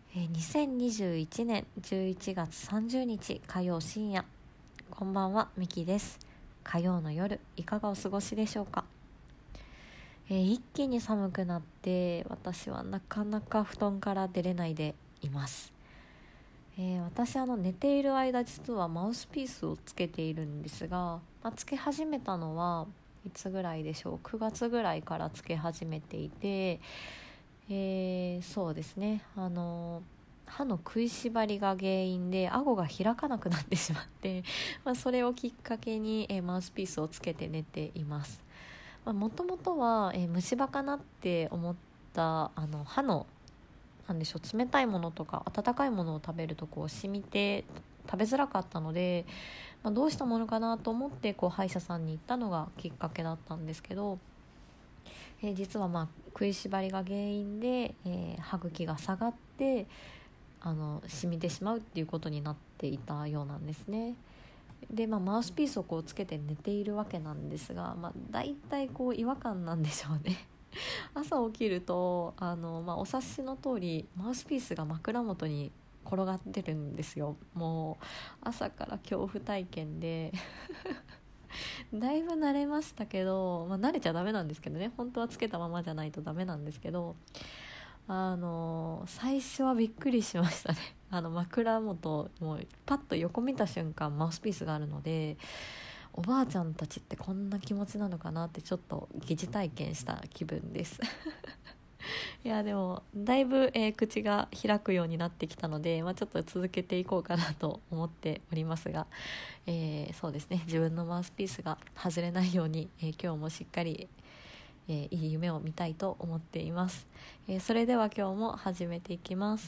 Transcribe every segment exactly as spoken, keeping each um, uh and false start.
えー、にせんにじゅういちねんじゅういちがつさんじゅうにち火曜深夜、こんばんは、みきです。火曜の夜いかがお過ごしでしょうか。えー、一気に寒くなって私はなかなか布団から出れないでいます。えー、私あの寝ている間実はマウスピースをつけているんですが、まあ、つけ始めたのはいつぐらいでしょう。くがつぐらいからつけ始めていて、えー、そうですね、あの歯の食いしばりが原因で顎が開かなくなってしまって、まあ、それをきっかけに、えー、マウスピースをつけて寝ています。もともとは、えー、虫歯かなって思ったあの歯のなんでしょう、冷たいものとか温かいものを食べるとこう染みて食べづらかったので、まあ、どうしたものかなと思ってこう歯医者さんに行ったのがきっかけだったんですけど、えー、実はまあ食いしばりが原因で、えー、歯茎が下がってあの染みてしまうっていうことになっていたようなんですね。で、まあ、マウスピースをこうつけて寝ているわけなんですが、まあ、だいたいこう違和感なんでしょうね。朝起きるとあの、まあ、お察しの通りマウスピースが枕元に転がってるんですよ。もう朝から恐怖体験でだいぶ慣れましたけど、まあ、慣れちゃダメなんですけどね、本当はつけたままじゃないとダメなんですけど、あの最初はびっくりしましたね。あの枕元もうパッと横見た瞬間マウスピースがあるので、おばあちゃんたちってこんな気持ちなのかなってちょっと疑似体験した気分ですいやでもだいぶ、えー口が開くようになってきたので、まあ、ちょっと続けていこうかなと思っておりますが、えーそうですね、自分のマウスピースが外れないように、えー今日もしっかり、えーいい夢を見たいと思っています。えーそれでは今日も始めていきます。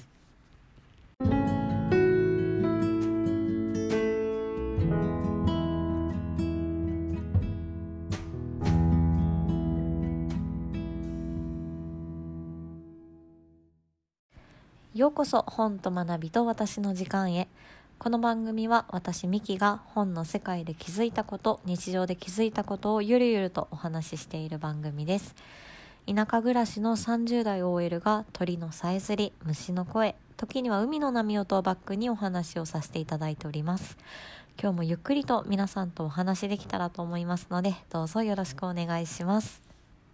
ようこそ本と学びと私の時間へ。この番組は私ミキが本の世界で気づいたこと、日常で気づいたことをゆるゆるとお話ししている番組です。田舎暮らしのさんじゅう代 オーエル が鳥のさえずり、虫の声、時には海の波音をバックにお話をさせていただいております。今日もゆっくりと皆さんとお話できたらと思いますので、どうぞよろしくお願いします。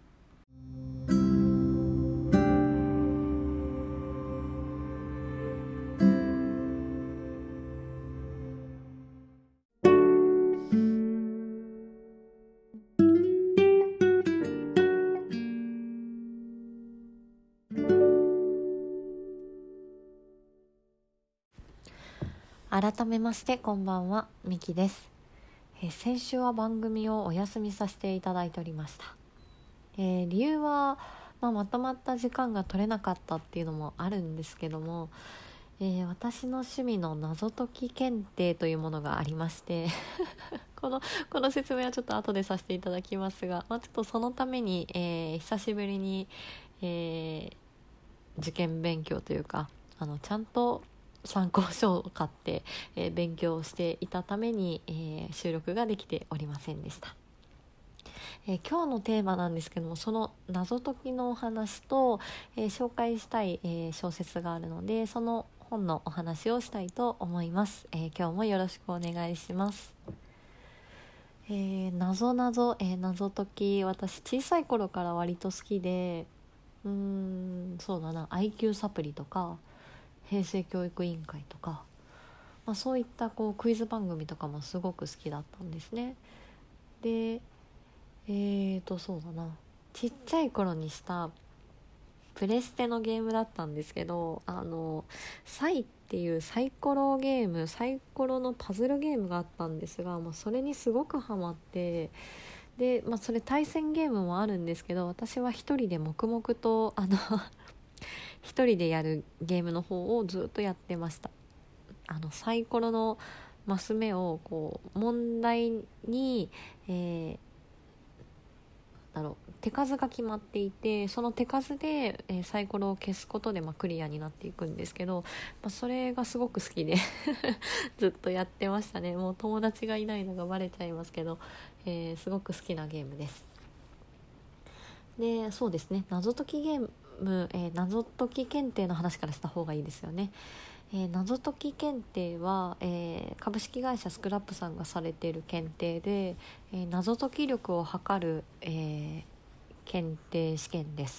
改めましてこんばんは、みきです。えー先週は番組をお休みさせていただいておりました。えー理由は、まあ、まとまった時間が取れなかったっていうのもあるんですけども、えー私の趣味の謎解き検定というものがありましてこのこの説明はちょっと後でさせていただきますが、まあ、ちょっとそのために、えー久しぶりに、えー受験勉強というか、あのちゃんと参考書を買って、えー勉強していたために、えー収録ができておりませんでした。えー今日のテーマなんですけども、その謎解きのお話と、えー紹介したい、えー小説があるので、その本のお話をしたいと思います。えー今日もよろしくお願いします。えー、謎謎、えー謎解き、私小さい頃から割と好きで、うーんそうだな アイキュー サプリとか平成教育委員会とか、まあ、そういったこうクイズ番組とかもすごく好きだったんですね。でえーとそうだなちっちゃい頃にしたプレステのゲームだったんですけど、あのサイっていうサイコロゲームサイコロのパズルゲームがあったんですが、もうそれにすごくハマって、で、まあ、それ対戦ゲームもあるんですけど、私は一人で黙々とあの一人でやるゲームの方をずっとやってました。あのサイコロのマス目をこう問題に、えーだろう手数が決まっていて、その手数で、えーサイコロを消すことで、まあ、クリアになっていくんですけど、まあ、それがすごく好きでずっとやってましたね。もう友達がいないのがバレちゃいますけど、えーすごく好きなゲームです。でそうですね、謎解きゲーム、えー、謎解き検定の話からした方がいいですよね。えー、謎解き検定は、えー、株式会社スクラップさんがされている検定で、えー、謎解き力を測る、えー、検定試験です。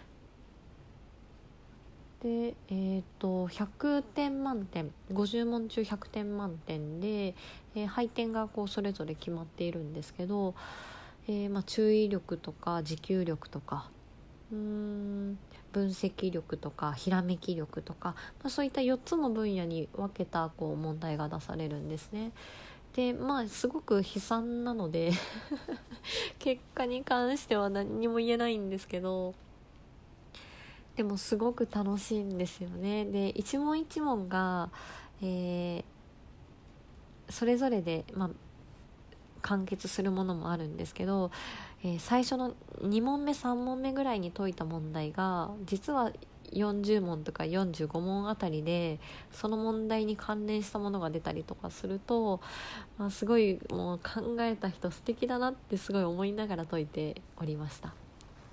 で、えー、とひゃくてん満点、ごじゅう問中ひゃくてん満点で、えー、配点がこうそれぞれ決まっているんですけど、えーまあ、注意力とか持久力とかうーん分析力とかひらめき力とか、まあ、そういったよっつの分野に分けたこう問題が出されるんですね。でまあすごく悲惨なので結果に関しては何にも言えないんですけど、でもすごく楽しいんですよね。で一問一問が、えー、それぞれで、まあ、完結するものもあるんですけど、えー、最初のに問目さん問目ぐらいに解いた問題が実はよんじゅう問とかよんじゅうご問あたりでその問題に関連したものが出たりとかすると、まあ、すごいもう考えた人素敵だなってすごい思いながら解いておりました。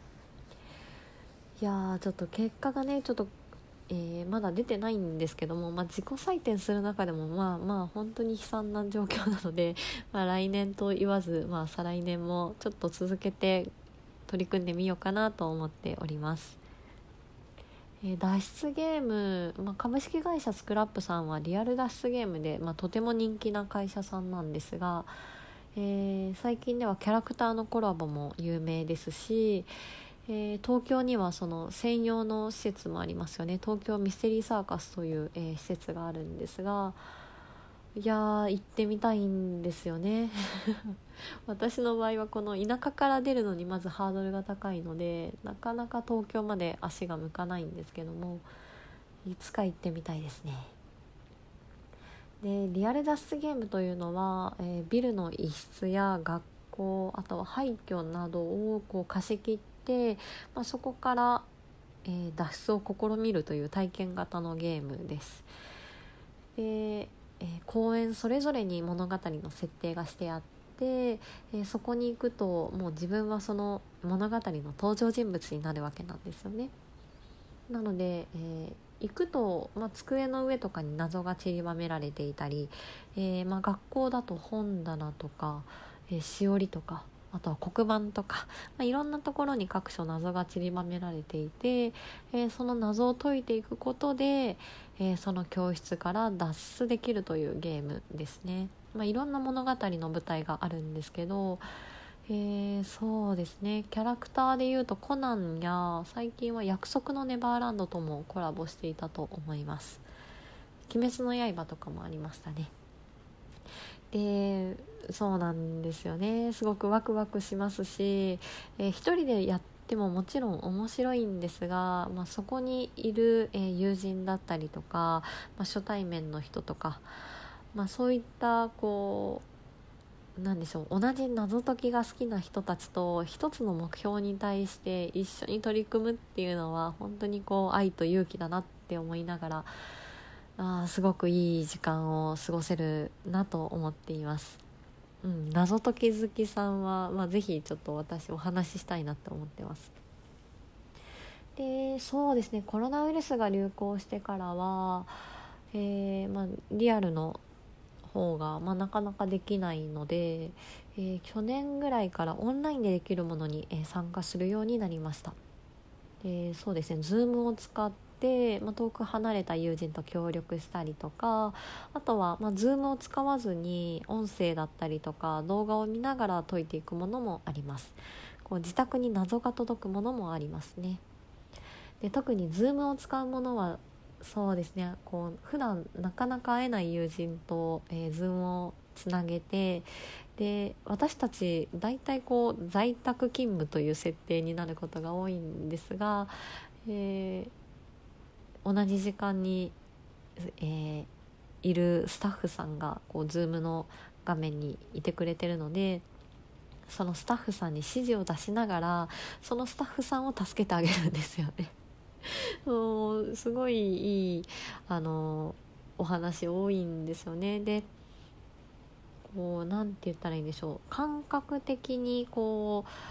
いやーちょっと結果がねちょっと、えーまだ出てないんですけども、まあ、自己採点する中でもまあまあ本当に悲惨な状況なので、まあ、来年と言わず、まあ、再来年もちょっと続けて取り組んでみようかなと思っております。えー脱出ゲーム、まあ、株式会社スクラップさんはリアル脱出ゲームで、まあ、とても人気な会社さんなんですが、えー最近ではキャラクターのコラボも有名ですし、えー東京にはその専用の施設もありますよね。東京ミステリーサーカスという、えー施設があるんですが、いやー行ってみたいんですよね私の場合はこの田舎から出るのにまずハードルが高いのでなかなか東京まで足が向かないんですけども、いつか行ってみたいですね。でリアル脱出ゲームというのは、えービルの一室や学校、あとは廃墟などをこう貸し切って、まあ、そこから、えー脱出を試みるという体験型のゲームです。で、えー公園それぞれに物語の設定がしてあって、えーそこに行くともう自分はその物語の登場人物になるわけなんですよね。なので、えー行くと、まあ、机の上とかに謎が散りばめられていたり、えーまあ、学校だと本棚とか、えーしおりとか、あとは黒板とか、まあ、いろんなところに各所謎が散りばめられていて、えーその謎を解いていくことで、えーその教室から脱出できるというゲームですね。まあ、いろんな物語の舞台があるんですけど、えー、そうですね、キャラクターでいうとコナンや最近は約束のネバーランドともコラボしていたと思います。鬼滅の刃とかもありましたね。でそうなんですよね、すごくワクワクしますし、えー一人でやってももちろん面白いんですが、まあ、そこにいる、えー友人だったりとか、まあ、初対面の人とか、まあ、そういったこうなんでしょう、同じ謎解きが好きな人たちと一つの目標に対して一緒に取り組むっていうのは本当にこう愛と勇気だなって思いながら、あーすごくいい時間を過ごせるなと思っています。うん、謎解き好きさんは、まあ、ぜひちょっと私お話ししたいなって思ってます。でそうですね、コロナウイルスが流行してからは、えーまあ、リアルの方が、まあ、なかなかできないので、えー去年ぐらいからオンラインでできるものに、えー参加するようになりました。でそうですね、Zoom を使って、まあ、遠く離れた友人と協力したりとか、あとは、まあ、Zoom を使わずに音声だったりとか動画を見ながら解いていくものもあります。こう自宅に謎が届くものもありますね。で特に Zoom を使うものはそうですね、こう普段なかなか会えない友人と、えー、Zoom をつなげて、で私たち大体こう在宅勤務という設定になることが多いんですが、えー同じ時間に、えーいるスタッフさんがこう Zoom の画面にいてくれてるので、そのスタッフさんに指示を出しながらそのスタッフさんを助けてあげるんですよね。もうすごいいいあのお話多いんですよね。でこうなんて言ったらいいんでしょう、感覚的にこ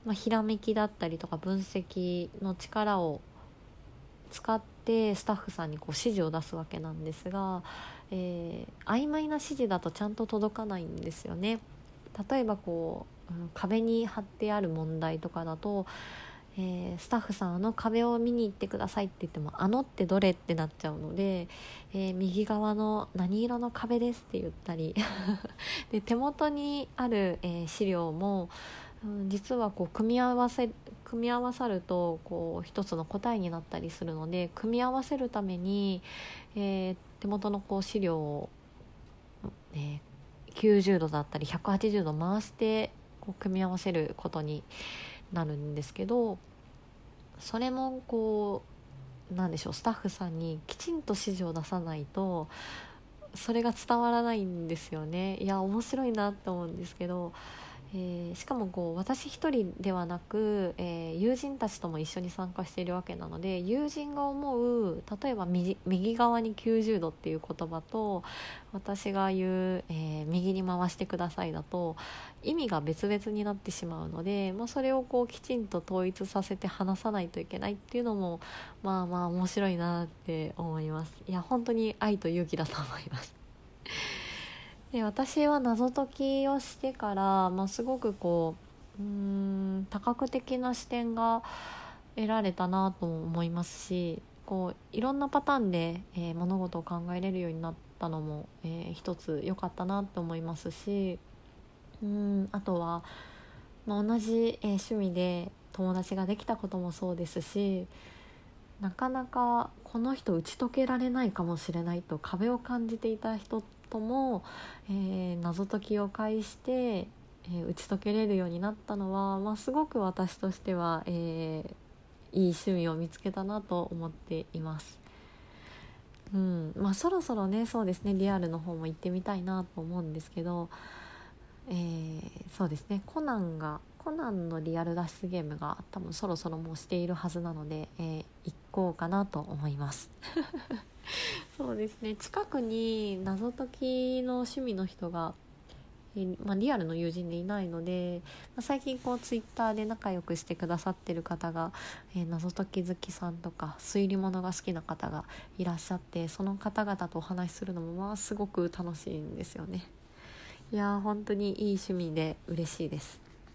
まあ、ひらめきだったりとか分析の力を使ってスタッフさんにこう指示を出すわけなんですが、えー、曖昧な指示だとちゃんと届かないんですよね。例えばこう、うん、壁に貼ってある問題とかだと、えー、スタッフさんあの壁を見に行ってくださいって言ってもあのってどれってなっちゃうので、えー、右側の何色の壁ですって言ったりで手元にある、えー、資料も、うん、実はこう組み合わせ組み合わさるとこう一つの答えになったりするので、組み合わせるために、えー、手元のこう資料を、えー、きゅうじゅうどだったりひゃくはちじゅうど回してこう組み合わせることになるんですけど、それもこうなんでしょう、スタッフさんにきちんと指示を出さないとそれが伝わらないんですよね。いや面白いなって思うんですけど、えー、しかもこう私一人ではなく、えー、友人たちとも一緒に参加しているわけなので、友人が思う例えば 右, 右側にきゅうじゅうどっていう言葉と私が言う、えー、右に回してくださいだと意味が別々になってしまうので、まあ、それをこうきちんと統一させて話さないといけないっていうのもまあまあ面白いなって思います。いや本当に愛と勇気だと思います。で私は謎解きをしてから、まあ、すごくこう、うーん多角的な視点が得られたなと思いますし、こういろんなパターンで、えー、物事を考えれるようになったのも、えー、一つ良かったなと思いますし、うーんあとは、まあ、同じ、えー、趣味で友達ができたこともそうですし、なかなかこの人打ち解けられないかもしれないと壁を感じていた人とも、えー、謎解きを介して、えー、打ち解けれるようになったのは、まあ、すごく私としては、えー、いい趣味を見つけたなと思っています。うんまあ、そろそろねそうですねリアルの方も行ってみたいなと思うんですけど、えー、そうですねコナンがコナンのリアル脱出ゲームが多分そろそろもうしているはずなので、えー、行こうかなと思いますそうですね、近くに謎解きの趣味の人が、えーまあ、リアルの友人でいないので、まあ、最近こうツイッターで仲良くしてくださってる方が、えー、謎解き好きさんとか推理物が好きな方がいらっしゃって、その方々とお話しするのもまあすごく楽しいんですよね。いやー本当にいい趣味で嬉しいです。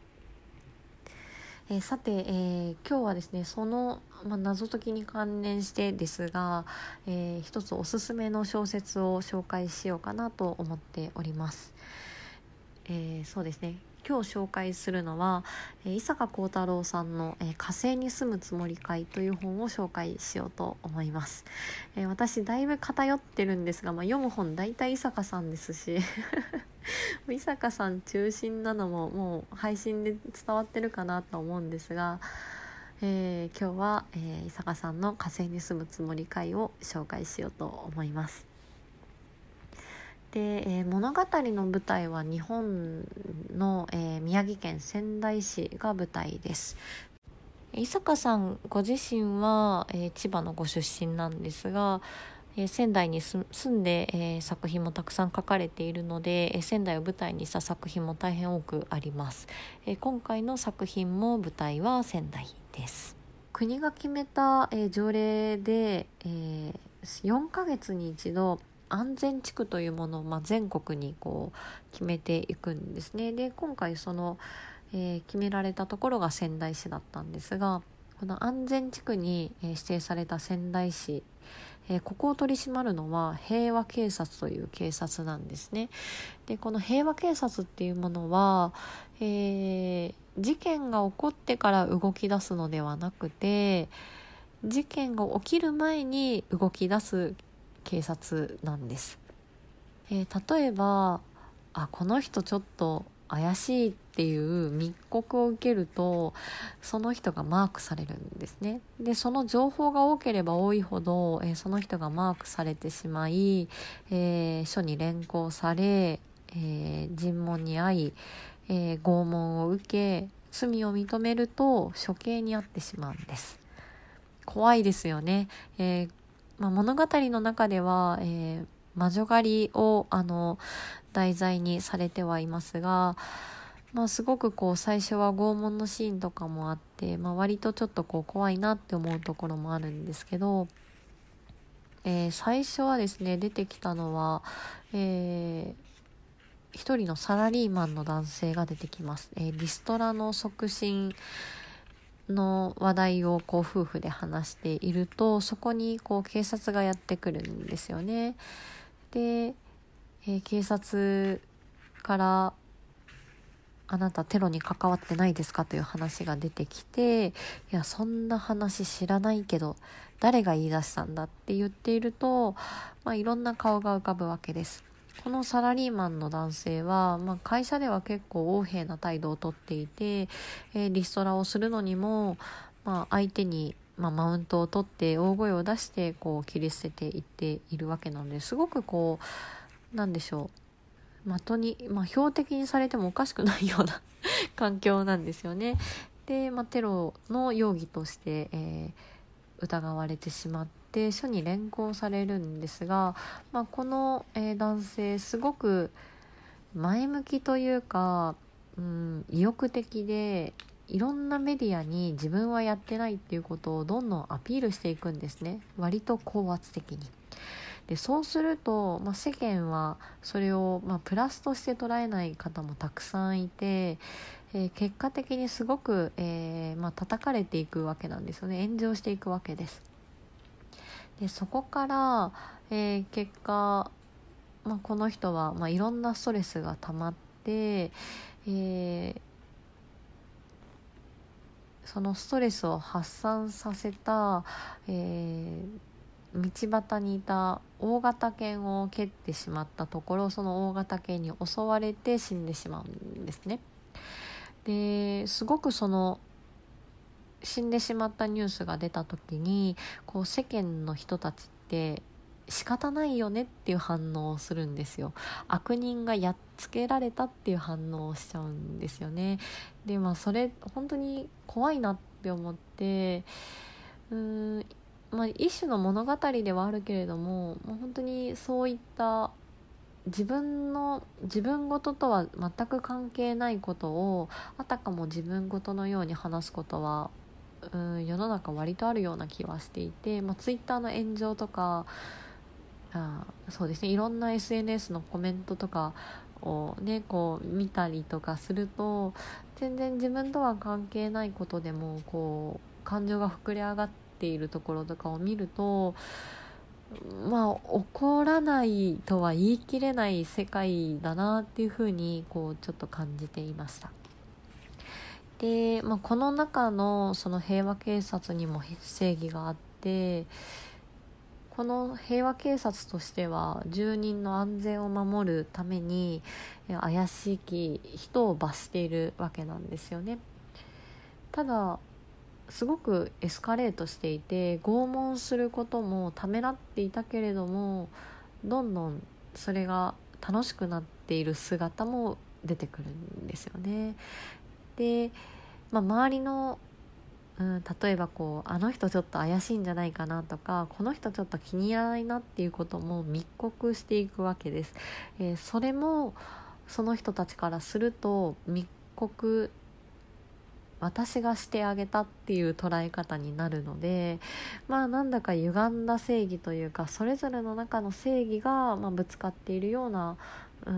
えー、さて、えー、今日はですねその、まあ、謎解きに関連してですが、えー、一つおすすめの小説を紹介しようかなと思っております。えー、そうですね今日紹介するのは、えー、伊坂幸太郎さんの、えー、火星に住むつもりかいという本を紹介しようと思います。えー、私だいぶ偏ってるんですが、まあ、読む本大体伊坂さんですし伊坂さん中心なのももう配信で伝わってるかなと思うんですが、えー、今日は、えー、伊坂さんの火星に住むつもりかいを紹介しようと思います。で、えー、物語の舞台は日本の、えー、宮城県仙台市が舞台です。伊坂さんご自身は、えー、千葉のご出身なんですが、えー、仙台に住んで、えー、作品もたくさん書かれているので、えー、仙台を舞台にした作品も大変多くあります。えー、今回の作品も舞台は仙台です。国が決めた、えー、条例で、えー、よんかげつに一度安全地区というものを、まあ、全国にこう決めていくんですね。で今回その、えー、決められたところが仙台市だったんですが、この安全地区に、えー、指定された仙台市、えー、ここを取り締まるのは平和警察という警察なんですね。でこの平和警察っていうものは、えー、事件が起こってから動き出すのではなくて、事件が起きる前に動き出す警察なんです。えー、例えばあこの人ちょっと怪しいっていう密告を受けるとその人がマークされるんですね。でその情報が多ければ多いほど、えー、その人がマークされてしまい、えー、署に連行され、えー、尋問に遭い、えー、拷問を受け罪を認めると処刑に遭ってしまうんです。怖いですよね。えーまあ、物語の中では、えー、魔女狩りをあの題材にされてはいますが、 まあ、すごくこう最初は拷問のシーンとかもあって、まあ、割とちょっとこう怖いなって思うところもあるんですけど、えー、最初はですね出てきたのは、えー一人のサラリーマンの男性が出てきます。えー、リストラの促進の話題をこう夫婦で話していると、そこにこう警察がやってくるんですよね。で、えー、警察からあなたテロに関わってないですかという話が出てきて、いやそんな話知らないけど誰が言い出したんだって言っていると、まあ、いろんな顔が浮かぶわけです。このサラリーマンの男性は、まあ、会社では結構横柄な態度をとっていて、えー、リストラをするのにも、まあ、相手に、まあ、マウントを取って大声を出してこう切り捨てていっているわけなので、すごくこうなんでしょう的に、まあ、標的にされてもおかしくないような環境なんですよね。で、まあ、テロの容疑として、えー、疑われてしまって署に連行されるんですが、まあ、この、えー、男性すごく前向きというか、うん、意欲的で、いろんなメディアに自分はやってないっていうことをどんどんアピールしていくんですね。割と高圧的に。でそうすると、まあ、世間はそれを、まあ、プラスとして捉えない方もたくさんいて、えー、結果的にすごく、えーまあ、叩かれていくわけなんですよね。炎上していくわけです。でそこから、えー、結果、まあ、この人は、まあ、いろんなストレスが溜まって、えー、そのストレスを発散させた、えー道端にいた大型犬を蹴ってしまったところ、その大型犬に襲われて死んでしまうんですね。ですごくその死んでしまったニュースが出た時に、こう世間の人たちって仕方ないよねっていう反応をするんですよ。悪人がやっつけられたっていう反応をしちゃうんですよね。でまあそれ本当に怖いなって思って、うーんまあ、一種の物語ではあるけれども、もう本当にそういった自分の自分事とは全く関係ないことをあたかも自分事のように話すことは、うん、世の中割とあるような気はしていて、まあ、ツイッターの炎上とか、あそうですね、いろんな エスエヌエス のコメントとかをねこう見たりとかすると、全然自分とは関係ないことでもこう感情が膨れ上がってているところとかを見ると、まあ怒らないとは言い切れない世界だなっていうふうにこうちょっと感じていました。で、まあ、この中のその平和警察にも正義があって、この平和警察としては住人の安全を守るために怪しき人を罰しているわけなんですよね。ただすごくエスカレートしていて、拷問することもためらっていたけれども、どんどんそれが楽しくなっている姿も出てくるんですよね。で、まあ、周りの、うん、例えばこうあの人ちょっと怪しいんじゃないかなとか、この人ちょっと気に入らないなっていうことも密告していくわけです。えー、それもその人たちからすると密告私がしてあげたっていう捉え方になるので、まあなんだか歪んだ正義というか、それぞれの中の正義がまあぶつかっているような、うん、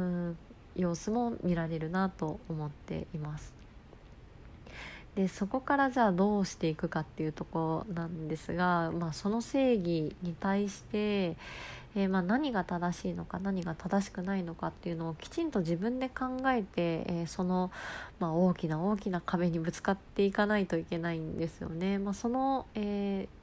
様子も見られるなと思っています。でそこからじゃあどうしていくかっていうところなんですが、まあ、その正義に対して、えーまあ何が正しいのか何が正しくないのかっていうのをきちんと自分で考えて、えー、その、まあ、大きな大きな壁にぶつかっていかないといけないんですよね。まあ、その、えー、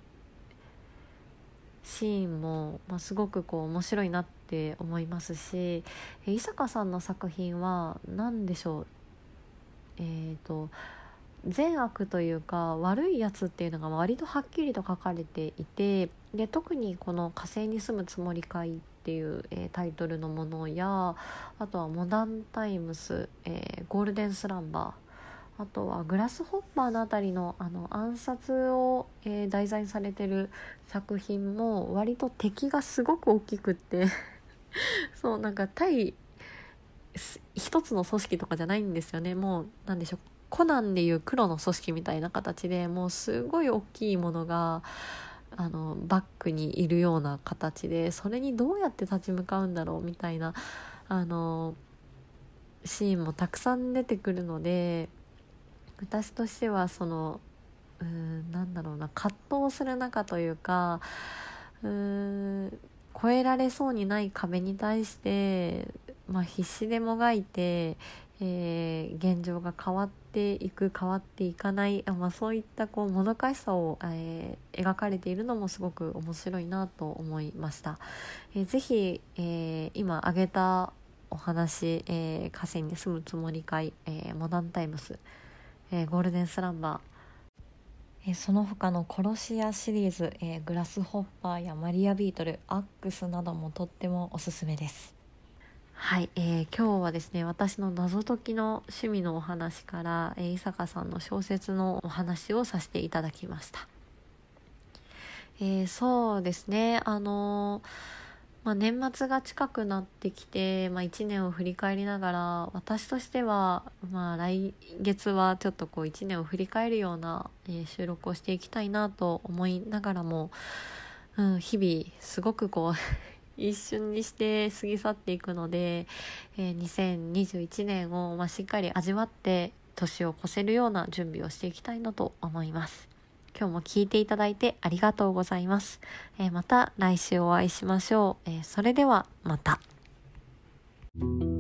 シーンも、まあ、すごくこう面白いなって思いますし、えー、伊坂さんの作品は何でしょう、えーと善悪というか悪いやつっていうのが割とはっきりと書かれていて、で特にこの火星に住むつもりかいっていう、えー、タイトルのものや、あとはモダンタイムス、えー、ゴールデンスランバー、あとはグラスホッパーのあたりの、あの暗殺を、えー、題材にされてる作品も割と敵がすごく大きくってそうなんか対一つの組織とかじゃないんですよね。もうなんでしょう、コナンでいう黒の組織みたいな形で、もうすごい大きいものがあのバックにいるような形で、それにどうやって立ち向かうんだろうみたいなあのシーンもたくさん出てくるので、私としてはそのうーんなんだろうな、葛藤する中というか、うーん越えられそうにない壁に対して、まあ、必死でもがいて、えー現状が変わっていく変わっていかない、あ、まあ、そういったこうもどかしさを、えー描かれているのもすごく面白いなと思いました。えーぜひ、えー今挙げたお話、えー河川に住むつもりかい、えーモダンタイムス、えーゴールデンスランバー、えーその他の殺し屋シリーズ、えーグラスホッパーやマリアビートル、アックスなどもとってもおすすめです。はい、えー今日はですね、私の謎解きの趣味のお話から、えー伊坂さんの小説のお話をさせていただきました。えーそうですね、あのーまあ、年末が近くなってきて、まあ、いちねんを振り返りながら、私としては、まあ、来月はちょっとこういちねんを振り返るような、えー収録をしていきたいなと思いながらも、うん、日々すごくこう一瞬にして過ぎ去っていくので、えーにせんにじゅういちねんを、まあ、しっかり味わって年を越せるような準備をしていきたいなと思います。今日も聞いていただいてありがとうございます。えーまた来週お会いしましょう。えーそれではまた。